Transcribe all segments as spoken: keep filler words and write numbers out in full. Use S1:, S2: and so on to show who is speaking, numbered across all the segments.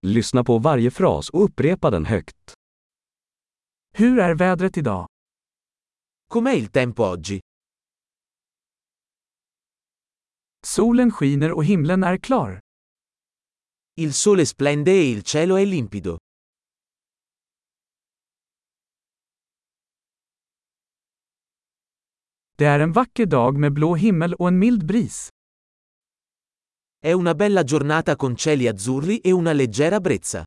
S1: Lyssna på varje fras och upprepa den högt.
S2: Hur är vädret idag?
S3: Com'è il tempo oggi?
S2: Solen skiner och himlen är klar.
S3: Il sole splende e il cielo è limpido.
S2: Det är en vacker dag med blå himmel och en mild bris.
S3: È una bella giornata con cieli azzurri e una leggera brezza.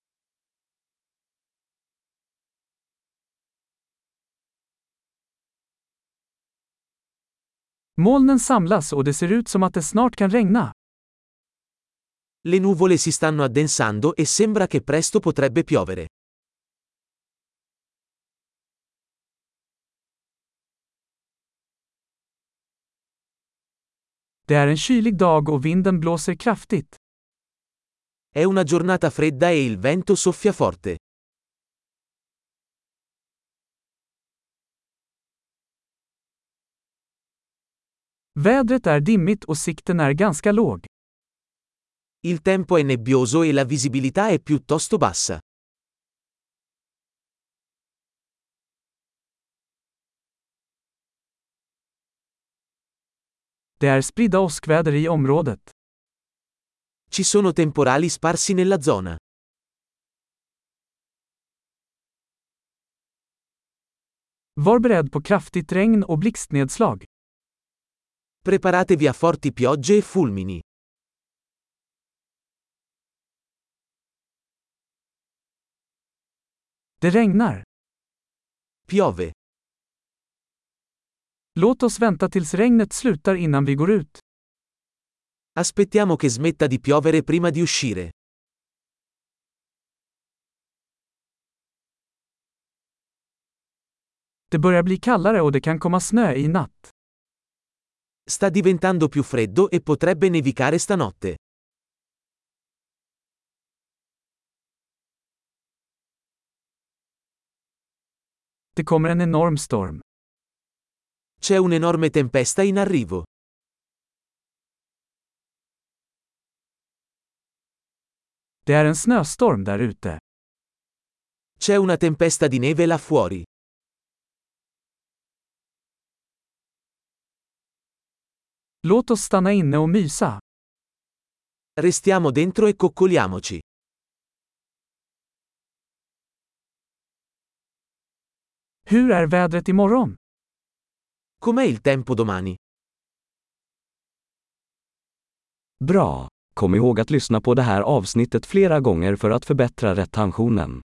S2: Molnen samlas och det ser ut som att det snart kan regna.
S3: Le nuvole si stanno addensando e sembra che presto potrebbe piovere.
S2: Det är en kylig dag och vinden blåser kraftigt.
S3: È una giornata fredda e il vento soffia forte.
S2: Vädret är dimmigt och sikten är ganska låg.
S3: Il tempo è nebbioso e la visibilità è piuttosto bassa.
S2: Det är spridda åskväder i området.
S3: Ci sono temporali sparsi nella zona.
S2: Var beredd på kraftigt regn och blixtnedslag.
S3: Preparatevi a forti piogge e fulmini.
S2: Det regnar.
S3: Piove.
S2: Låt oss vänta tills regnet slutar innan vi går ut.
S3: Aspettiamo che smetta di piovere prima di uscire.
S2: Det börjar bli kallare och det kan komma snö i natt.
S3: Sta diventando più freddo e potrebbe nevicare stanotte.
S2: Det kommer en enorm storm.
S3: C'è un'enorme tempesta in arrivo.
S2: Det är en snöstorm där ute.
S3: C'è una tempesta di neve là fuori.
S2: Låt oss stanna inne och mysa.
S3: Restiamo dentro e coccoliamoci.
S2: Hur är vädret imorgon?
S3: Com'è il tempo domani?
S1: Bra! Kom ihåg att lyssna på det här avsnittet flera gånger för att förbättra retentionen.